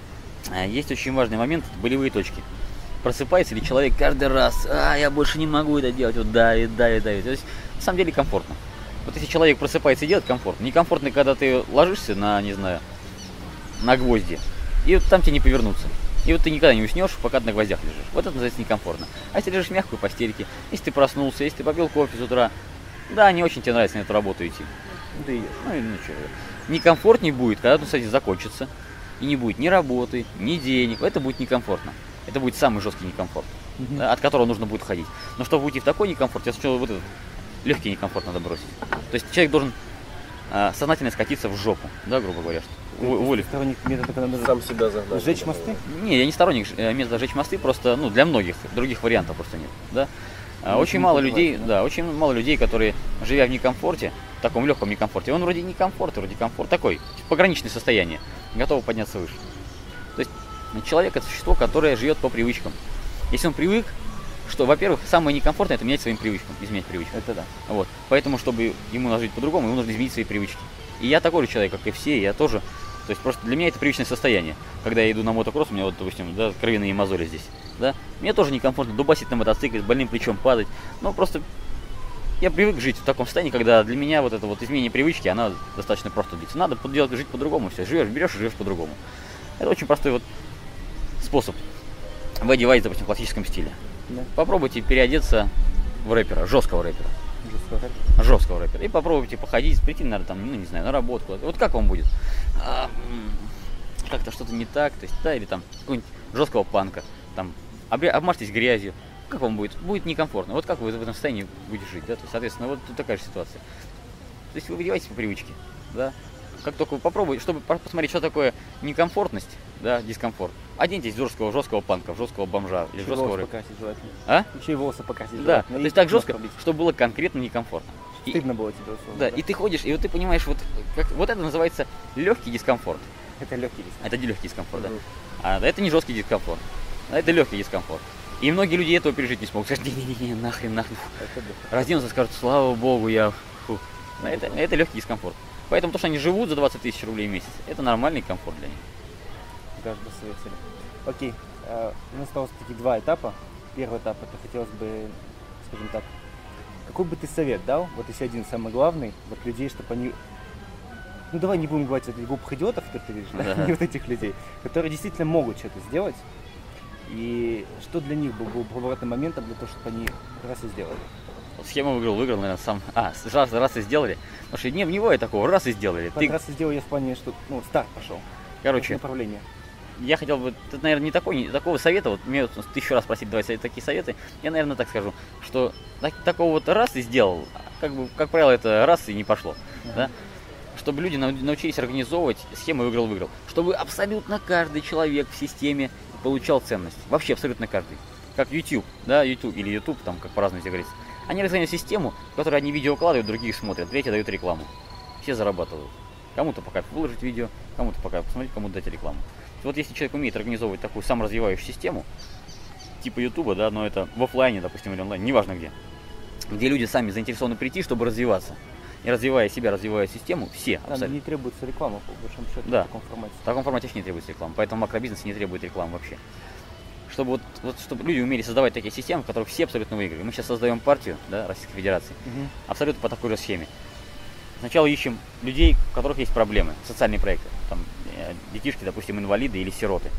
есть очень важный момент, болевые точки. Просыпается ли человек каждый раз, я больше не могу это делать, вот давит. То есть на самом деле комфортно. Вот если человек просыпается и делает, комфортно. Некомфортно, когда ты ложишься на, не знаю, на гвозди, и вот там тебе не повернуться. И вот ты никогда не уснешь, пока ты на гвоздях лежишь. Вот это называется некомфортно. А если лежишь в мягкой постельке, если ты проснулся, если ты попил кофе с утра, да, не очень тебе нравится на эту работу идти. Ну ты идешь. Ну что. Некомфортнее будет, когда, кстати, закончится. И не будет ни работы, ни денег. Это будет некомфортно. Это будет самый жесткий некомфорт, да, от которого нужно будет ходить. Но чтобы уйти в такой некомфорт, тебе сначала вот этот легкий некомфорт надо бросить. То есть человек должен сознательно скатиться в жопу, да, грубо говоря. Уволив. Сторонник метода, когда надо Сам себя загнать. сжечь мосты? Не, я не сторонник метода сжечь мосты, просто, ну, для многих, других вариантов просто нет, да. Очень мало людей, да, очень мало людей, которые, живя в некомфорте, в таком легком некомфорте, он вроде некомфорт, вроде комфорт, такой, пограничное состояние, готов подняться выше. То есть человек — это существо, которое живет по привычкам. Если он привык, что, во-первых, самое некомфортное — это менять своим привычкам, изменять привычки. Это да. Вот. Поэтому, чтобы ему надо жить по-другому, ему нужно изменить свои привычки. И я такой же человек, как и все, я тоже. То есть просто для меня это привычное состояние. Когда я иду на мотокросс, у меня вот, допустим, да, кровяные мозоли здесь, да, мне тоже некомфортно дубасить на мотоцикле, с больным плечом падать. Но просто я привык жить в таком состоянии, когда для меня вот это вот изменение привычки, она достаточно просто длится. Надо делать, жить по-другому, все, берешь и живешь по-другому. Это очень простой вот способ. Вы одеваетесь, допустим, в классическом стиле. Да. Попробуйте переодеться в рэпера, жесткого рэпера. Жесткого рэпера. И попробуйте походить, прийти, наверное, там, ну, не знаю, на работу куда-то. Вот как вам будет? Как-то что-то не так, то есть, да, или там какого-нибудь жесткого панка, там, обмажьтесь грязью. Как вам будет? Будет некомфортно. Вот как вы в этом состоянии будете жить, да? То есть, соответственно, вот тут такая же ситуация. То есть вы одеваетесь по привычке, да? Как только вы попробуете, чтобы посмотреть, что такое некомфортность, да, дискомфорт, оденьтесь в жесткого панка, в жесткого бомжа или еще жесткого рэпера. Еще и волосы покрасить. Да, то есть так жестко, чтобы было конкретно некомфортно. Стыдно было тебе условно. Да, и ты ходишь, и вот ты понимаешь, вот это называется легкий дискомфорт. Это легкий дискомфорт. Это легкий дискомфорт, да. А это не жесткий дискомфорт. Это легкий дискомфорт. И многие люди этого пережить не смогут. Скажут, не, нахрен. Разденутся, скажут, слава богу, я... Фу. Это легкий дискомфорт. Поэтому то, что они живут за 20 тысяч рублей в месяц, это нормальный комфорт для них. Каждый свои цели. Окей. У нас осталось такие два этапа. Первый этап, это хотелось бы, скажем так, какой бы ты совет дал, вот если один самый главный, вот людей, чтобы они... Ну давай не будем говорить о глупых идиотов, которые ты видишь, да? Не вот этих людей, которые действительно могут что-то сделать. И что для них был поворотным моментом для того, чтобы они раз и сделали? Схему выиграл, наверное, сам. Раз и сделали. Потому что не в него я такого, раз и сделали. Раз и сделали я в плане, что старт пошел. Короче, направление. Я хотел бы, это, наверное, не такого совета, вот мне 1000 раз просить давать такие советы, я, наверное, так скажу, что такого вот раз и сделал, как правило, это раз и не пошло, да? Чтобы люди научились организовывать схему выиграл. Чтобы абсолютно каждый человек в системе получал ценность. Вообще абсолютно каждый. Как YouTube, да, YouTube или YouTube, там, как по-разному здесь говорится. Они разгоняют систему, в которой одни видео выкладывают, другие смотрят, третьи дают рекламу. Все зарабатывают. Кому-то пока выложить видео, кому-то пока посмотреть, кому-то дать рекламу. Вот если человек умеет организовывать такую саморазвивающую систему, типа YouTube, да, но это в офлайне, допустим, или онлайн, неважно где люди сами заинтересованы прийти, чтобы развиваться. И развивая себя, развивая систему, все абсолютно. Не требуется реклама, по большому счету, да. В таком формате. В таком формате вообще не требуется реклама, поэтому макробизнес не требует рекламы вообще. Чтобы чтобы люди умели создавать такие системы, в которых все абсолютно выиграли. Мы сейчас создаем партию, да, Российской Федерации, абсолютно по такой же схеме. Сначала ищем людей, у которых есть проблемы, социальные проекты, там детишки, допустим, инвалиды или сироты.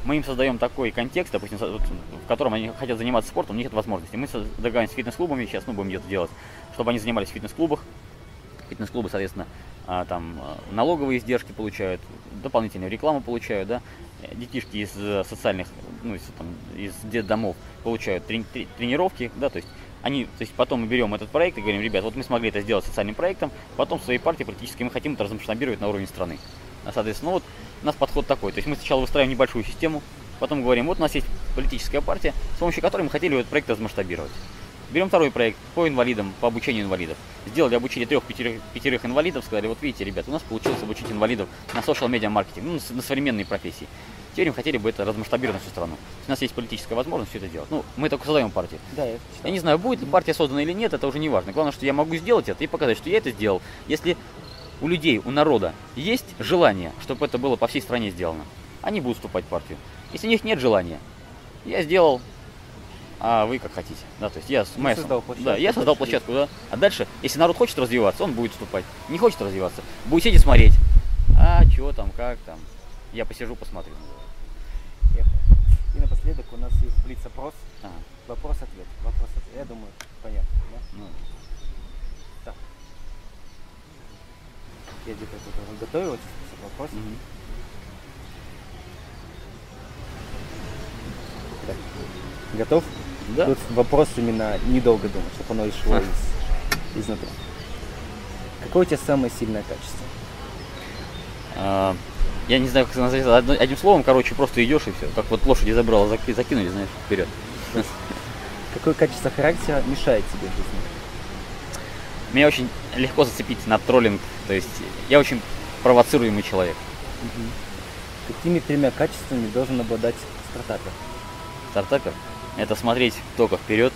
мы им создаем такой контекст, допустим, в котором они хотят заниматься спортом, у них нет возможности. Мы договариваемся с фитнес-клубами, сейчас будем где-то делать, чтобы они занимались в фитнес-клубах. Фитнес-клубы, соответственно, там налоговые издержки получают, дополнительную рекламу получают, да, детишки из социальных, ну, из детдомов получают тренировки, да, то есть потом мы берем этот проект и говорим, ребят, вот мы смогли это сделать социальным проектом, потом в своей партии практически мы хотим это размасштабировать на уровень страны. Соответственно, вот у нас подход такой, то есть мы сначала выстраиваем небольшую систему, потом говорим, вот у нас есть политическая партия, с помощью которой мы хотели этот проект размасштабировать. Берем второй проект по инвалидам, по обучению инвалидов. Сделали обучение 3-5 инвалидов, сказали, вот видите, ребят, у нас получилось обучить инвалидов на social-media маркетинг, ну, на современные профессии. Теперь мы хотели бы это размасштабировать на всю страну. У нас есть политическая возможность все это делать. Ну, мы только создаем партию. Да, я не знаю, будет ли партия создана или нет, это уже не важно. Главное, что я могу сделать это и показать, что я это сделал. Если у людей, у народа есть желание, чтобы это было по всей стране сделано, они будут вступать в партию. Если у них нет желания, я сделал, а вы как хотите. Да, то есть я создал площадку, да. А дальше, если народ хочет развиваться, он будет вступать. Не хочет развиваться, будет сидеть и смотреть. А что там, как там. Я посижу, посмотрю. И напоследок у нас есть блиц-опрос. Вопрос-ответ. Вопрос-ответ. Я думаю, понятно. Да? Ну. Так. Я где-то это готовил, вопрос. Так. Готов? Да. Тут вопрос именно недолго думать, чтобы оно и шло изнутри. Какое у тебя самое сильное качество? Я не знаю, как это назвать. Одним словом, короче, просто идешь и все. Как вот лошади забрала, закинули, знаешь, вперед. Какое качество характера мешает тебе в жизни? Меня очень легко зацепить на троллинг. То есть я очень провоцируемый человек. Какими 3 качествами должен обладать стартапер? Стартапер? Это смотреть только вперед.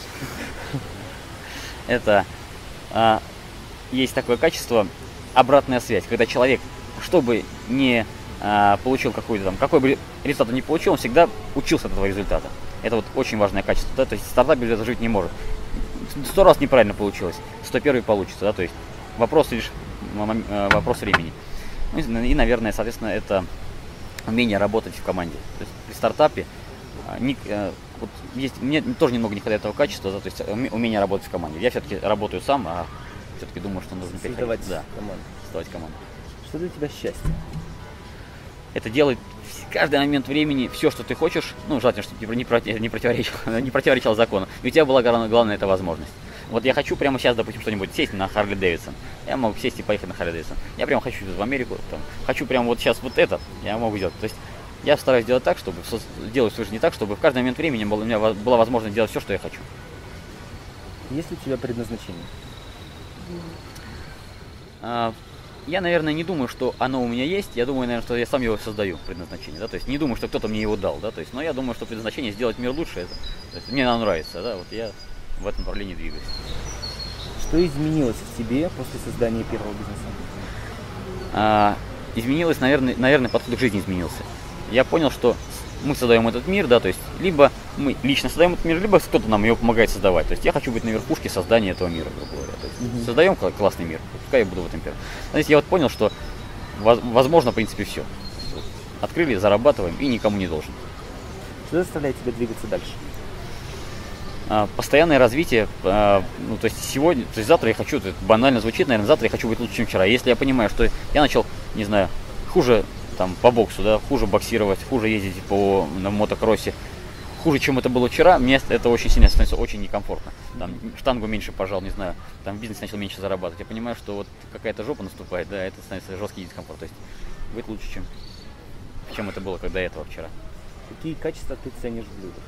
Это есть такое качество обратная связь, когда человек, чтобы не получил какой-то там, какой бы результат он ни получил, он всегда учился от этого результата. Это вот очень важное качество, да? То есть стартап без этого жить не может. 100 раз неправильно получилось, 101 получится, да? То есть вопрос лишь вопрос времени. Ну, и, наверное, соответственно, это умение работать в команде. То есть при стартапе вот мне тоже немного не хватает этого качества, да? То есть умение работать в команде. Я все-таки работаю сам, а все-таки думаю, что нужно создавать команду. Что для тебя счастье? Это делать в каждый момент времени все, что ты хочешь, ну, желательно, чтобы не противоречило закону. И у тебя была главная эта возможность. Вот я хочу прямо сейчас, допустим, что-нибудь сесть на Харли Дэвидсон. Я могу сесть и поехать на Харли Дэвидсон. Я прямо хочу в Америку, там, хочу прямо вот сейчас вот это, я могу сделать. То есть я стараюсь делать так, чтобы делать свою жизнь так, чтобы в каждый момент времени у меня была возможность делать все, что я хочу. Есть ли у тебя предназначение? Я, наверное, не думаю, что оно у меня есть. Я думаю, наверное, что я сам его создаю, предназначение. Да? То есть не думаю, что кто-то мне его дал. Да? То есть, но я думаю, что предназначение сделать мир лучше. То есть, мне оно нравится. Да? Вот я в этом направлении двигаюсь. Что изменилось в тебе после создания первого бизнеса? Изменилось, наверное, подход к жизни изменился. Я понял, что мы создаем этот мир, да, то есть либо мы лично создаем этот мир, либо кто-то нам его помогает создавать. То есть я хочу быть на верхушке создания этого мира, грубо говоря. То есть создаем классный мир, пускай я буду в этом первом. То есть я вот понял, что возможно, в принципе, все. Открыли, зарабатываем и никому не должен. Что заставляет тебя двигаться дальше? Постоянное развитие, ну, то есть сегодня, то есть завтра я хочу, это банально звучит, наверное, завтра я хочу быть лучше, чем вчера. Если я понимаю, что я начал, не знаю, хуже там по боксу, да, хуже боксировать, хуже ездить на мотокроссе, хуже, чем это было вчера, мне это очень сильно становится очень некомфортно. Там штангу меньше пожал, не знаю, там бизнес начал меньше зарабатывать. Я понимаю, что вот какая-то жопа наступает, да, это становится жесткий дискомфорт. То есть быть лучше, чем это было когда этого вчера. Какие качества ты ценишь в людях?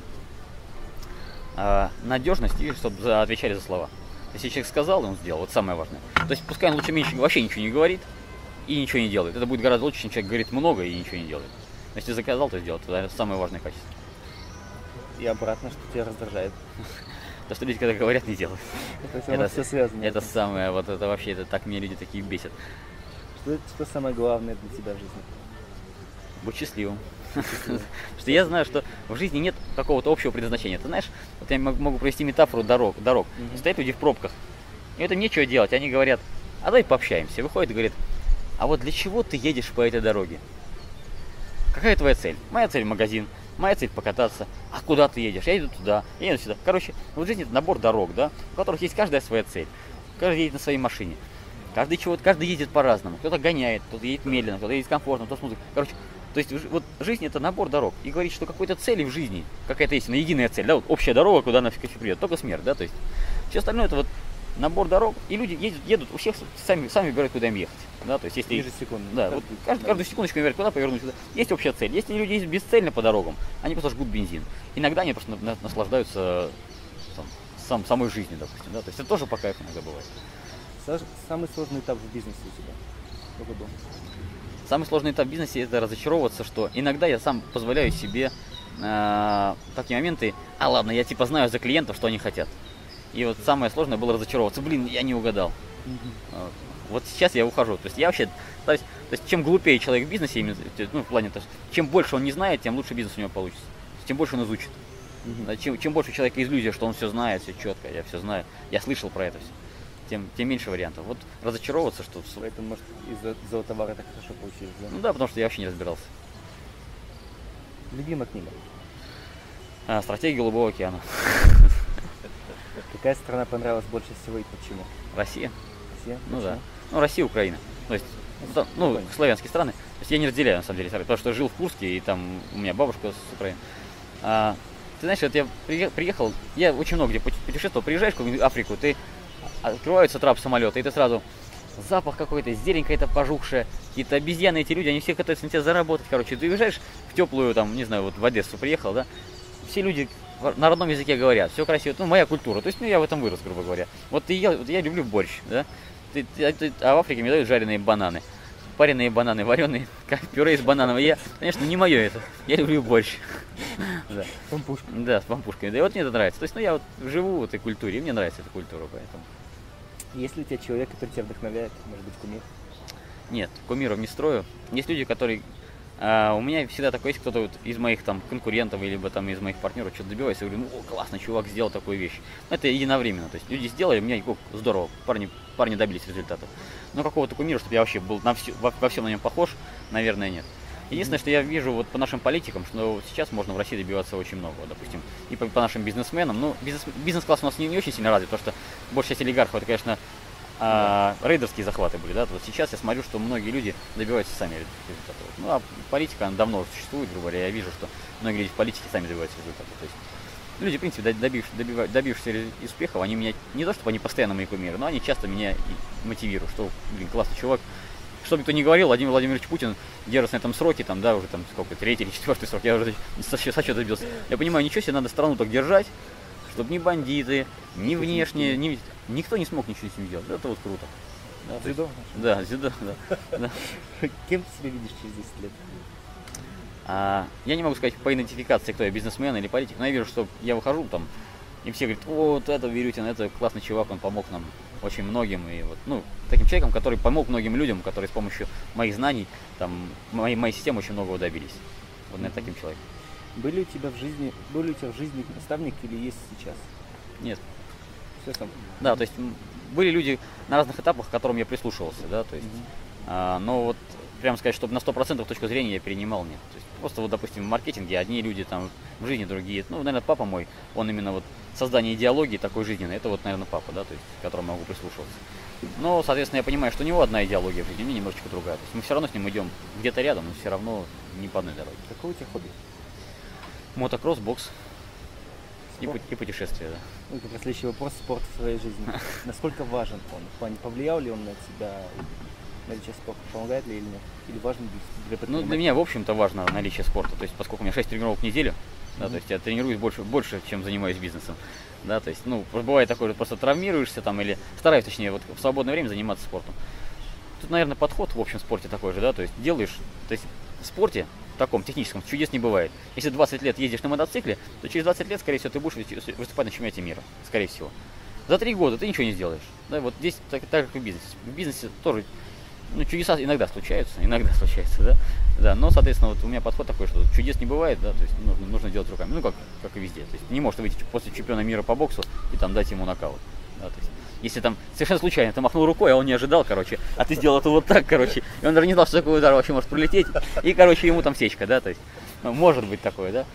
Надежность и чтобы отвечали за слова. Если человек сказал, и он сделал, вот самое важное. То есть пускай он лучше меньше вообще ничего не говорит и ничего не делает. Это будет гораздо лучше, чем человек говорит много и ничего не делает. Но если заказал, то сделал. Это самое важное качество. И обратно, что тебя раздражает? То, что люди когда говорят, не делают. Это все связано. Это самое, вот это вообще, это так меня люди такие бесят. Что самое главное для тебя в жизни? Быть счастливым. Потому что я знаю, что в жизни нет какого-то общего предназначения. Ты знаешь, вот я могу провести метафору дорог. Стоят люди в пробках, и это нечего делать. Они говорят, а давай пообщаемся. Выходит и говорит, а вот для чего ты едешь по этой дороге? Какая твоя цель? Моя цель – магазин. Моя цель покататься. А куда ты едешь? Я иду туда, я еду сюда. Короче, вот жизнь это набор дорог, да, у которых есть каждая своя цель. Каждый едет на своей машине. Каждый ездит по-разному. Кто-то гоняет, кто-то едет медленно, кто-то едет комфортно, кто-то с музыкой. Короче, то есть вот жизнь это набор дорог. И говорить, что какой-то цели в жизни, какая-то есть, единая цель, да, вот общая дорога, куда нафиг придет, только смерть, да, то есть все остальное это вот набор дорог, и люди едут, у всех сами выбирают, куда им ехать. Да, то есть если Ежесекундно. да, вот каждую секундочку выбирают, куда повернуть сюда. Есть общая цель. Если люди ездят бесцельно по дорогам, они просто жгут бензин. Иногда они просто наслаждаются самой жизнью, допустим. Да? То есть это тоже по кайфу иногда бывает. Самый сложный этап в бизнесе у тебя? Какой был? Самый сложный этап в бизнесе это разочаровываться, что иногда я сам позволяю себе такие моменты, ладно, я типа знаю за клиентов, что они хотят. И вот самое сложное было разочаровываться. Блин, я не угадал. Вот сейчас я ухожу. То есть я вообще, то есть чем глупее человек в бизнесе, именно, ну, в плане, чем больше он не знает, тем лучше бизнес у него получится. Тем больше он изучит. Да, чем больше у человека иллюзия, что он все знает, все четко, я все знаю, я слышал про это все, тем меньше вариантов. Вот разочаровываться, что... Поэтому, может, из-за золотовара так хорошо получилось, да? Ну да, потому что я вообще не разбирался. Любимая книга? «Стратегия Голубого океана». Какая страна понравилась больше всего и почему? Россия. Россия? Ну Почему? да. Ну, Россия, Украина. То есть, славянские страны. То есть я не разделяю, на самом деле, потому что жил в Курске, и там у меня бабушка с Украины. Ты знаешь, вот я приехал, я очень много где путешествовал, приезжаешь в какую-нибудь Африку, ты открываются трап самолета, и ты сразу запах какой-то, зелень какая-то пожухшая, какие-то обезьяны, эти люди, они все пытаются на тебя заработать, короче. Ты уезжаешь в теплую, там, не знаю, вот в Одессу приехал, да, все люди на родном языке говорят, все красиво, ну, моя культура, то есть, ну, я в этом вырос, грубо говоря. Вот я люблю борщ, да, а в Африке мне дают жареные бананы. Пареные бананы, вареные, как пюре из бананов. Я, конечно, не мое это. Я люблю борщ. Да. С пампушками. Да, с пампушками. Да и вот мне это нравится. То есть, ну, я вот живу в этой культуре, и мне нравится эта культура, поэтому. Есть ли у тебя человек, который тебя вдохновляет, может быть, кумир? Нет, кумиров не строю. Есть люди, которые... у меня всегда такой есть кто-то вот из моих там конкурентов, либо там из моих партнеров что-то добивается, я говорю, ну, классно, чувак сделал такую вещь. Но это единовременно. То есть люди сделали, у меня здорово, парни добились результатов. Но какого-то кумира, чтобы я вообще был во всем на нем похож, наверное, нет. Единственное, что я вижу вот по нашим политикам, что сейчас можно в России добиваться очень много, допустим, и по нашим бизнесменам. Ну, бизнес-класс у нас не очень сильно развит, потому что большая часть олигархов, это, конечно, рейдерские захваты были, да. Вот сейчас я смотрю, что многие люди добиваются сами результатов. Ну, а политика, она давно существует, грубо говоря, я вижу, что многие люди в политике сами добиваются результатов. То есть люди, в принципе, добившиеся успехов, они меня, не то чтобы они постоянно мои кумиры, но они часто меня мотивируют, что, блин, классный чувак. Что бы кто ни говорил, Владимир Владимирович Путин держится на этом сроке, там, да, уже там сколько, 3-й или 4-й срок, я уже со счета добился. Я понимаю, ничего себе, надо страну так держать, чтобы ни бандиты, ни внешние, никто не смог ничего с ним сделать. Это вот круто. Да, Дзюдо? Да, дзюдо, да. Кем ты себя видишь через 10 лет? Я не могу сказать по идентификации, кто я, бизнесмен или политик, но я вижу, что я выхожу там, и все говорят, вот это Верютин, это классный чувак, он помог нам очень многим, и вот, ну, таким человеком, который помог многим людям, которые с помощью моих знаний, там, моей системы очень многого добились. Вот, наверное, таким человеком. Были у тебя в жизни наставник или есть сейчас? Нет. Все сам? Да, то есть были люди на разных этапах, к которым я прислушивался, да, то есть, но вот прям сказать, чтобы на 100% точку зрения я перенимал, нет. То есть просто вот, допустим, в маркетинге одни люди там в жизни, другие. Ну, наверное, папа мой, он именно вот создание идеологии такой жизненной, это вот, наверное, папа, да, то есть, к которому могу прислушиваться. Но, соответственно, я понимаю, что у него одна идеология в жизни, у меня немножечко другая. То есть мы все равно с ним идем где-то рядом, но все равно не по одной дороге. Какое у тебя хобби? Мотокросс, бокс и путешествия, да. Ну, как раз следующий вопрос, спорт в своей жизни. Насколько важен он? В плане, повлиял ли он на тебя? Наличие спорта помогает ли или нет? Или важен для предпринимателя? Ну, для меня, в общем-то, важно наличие спорта. То есть, поскольку у меня 6 тренировок в неделю, да, то есть я тренируюсь больше, чем занимаюсь бизнесом. Да, то есть, ну, бывает такое, просто травмируешься там, или стараюсь, точнее, вот в свободное время заниматься спортом. Тут, наверное, подход в общем спорте такой же, да, то есть делаешь, то есть в спорте таком техническом чудес не бывает. Если 20 лет ездишь на мотоцикле, то через 20 лет, скорее всего, ты будешь выступать на чемпионате мира, скорее всего. За 3 года ты ничего не сделаешь. Да, вот здесь так как и в бизнесе. В бизнесе тоже, ну, чудеса иногда случаются, да. Да, но, соответственно, вот у меня подход такой, что чудес не бывает, да, то есть нужно делать руками, ну, как и везде. То есть не может выйти после чемпиона мира по боксу и там дать ему нокаут. Да, то есть, если там совершенно случайно ты махнул рукой, а он не ожидал, короче, а ты сделал это вот так, короче, и он даже не знал, что такой удар вообще может прилететь, и, короче, ему там сечка, да, то есть, ну, может быть такое, да.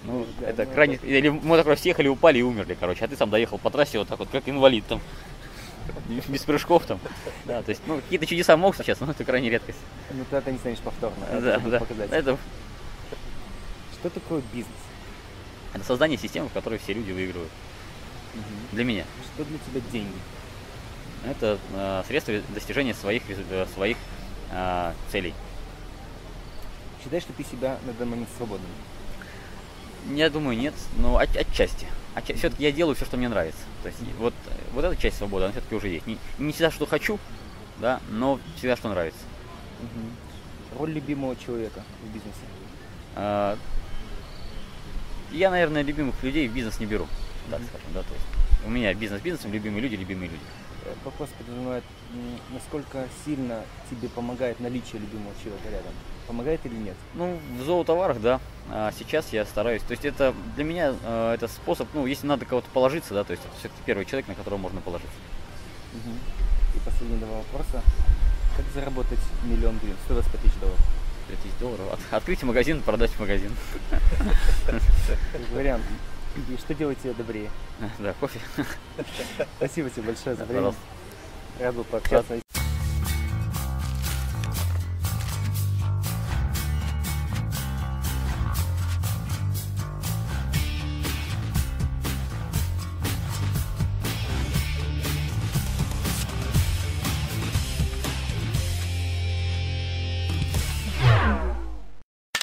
Ну, Да, это ну, крайне... Или мотокросс съехали, упали и умерли, короче. А ты сам доехал по трассе вот так вот, как инвалид там. Без прыжков там. Да, то есть, ну, какие-то чудеса могут сейчас, но это крайне редкость. Ну тогда ты не станешь повторно. Да, да. Это Что такое бизнес? создание системы, в которой все люди выигрывают. Для меня. Что для тебя деньги? Это средство достижения своих целей. Считаешь ли ты себя на данный момент свободным? Я думаю, нет, но отчасти. Все-таки я делаю все, что мне нравится. То есть вот эта часть свободы, она все-таки уже есть. Не всегда, что хочу, да, но всегда, что нравится. Роль любимого человека в бизнесе? Я, наверное, любимых людей в бизнес не беру, так скажем, да, то есть у меня бизнес бизнесом, любимые люди. Вопрос подразумевает, насколько сильно тебе помогает наличие любимого человека рядом? Помогает или нет? Ну, в зоотоварах, да. А сейчас я стараюсь. То есть это для меня это способ, ну, если надо кого-то положиться, да, то есть это все-таки первый человек, на которого можно положиться. И последние два вопроса. Как заработать $1 миллион гривен? $125 000. $3000. Открыть магазин, продать магазин. Вариант. И что делать тебе добрее? Да, кофе. Спасибо тебе большое за время. Пожалуйста. Рад был пообщаться.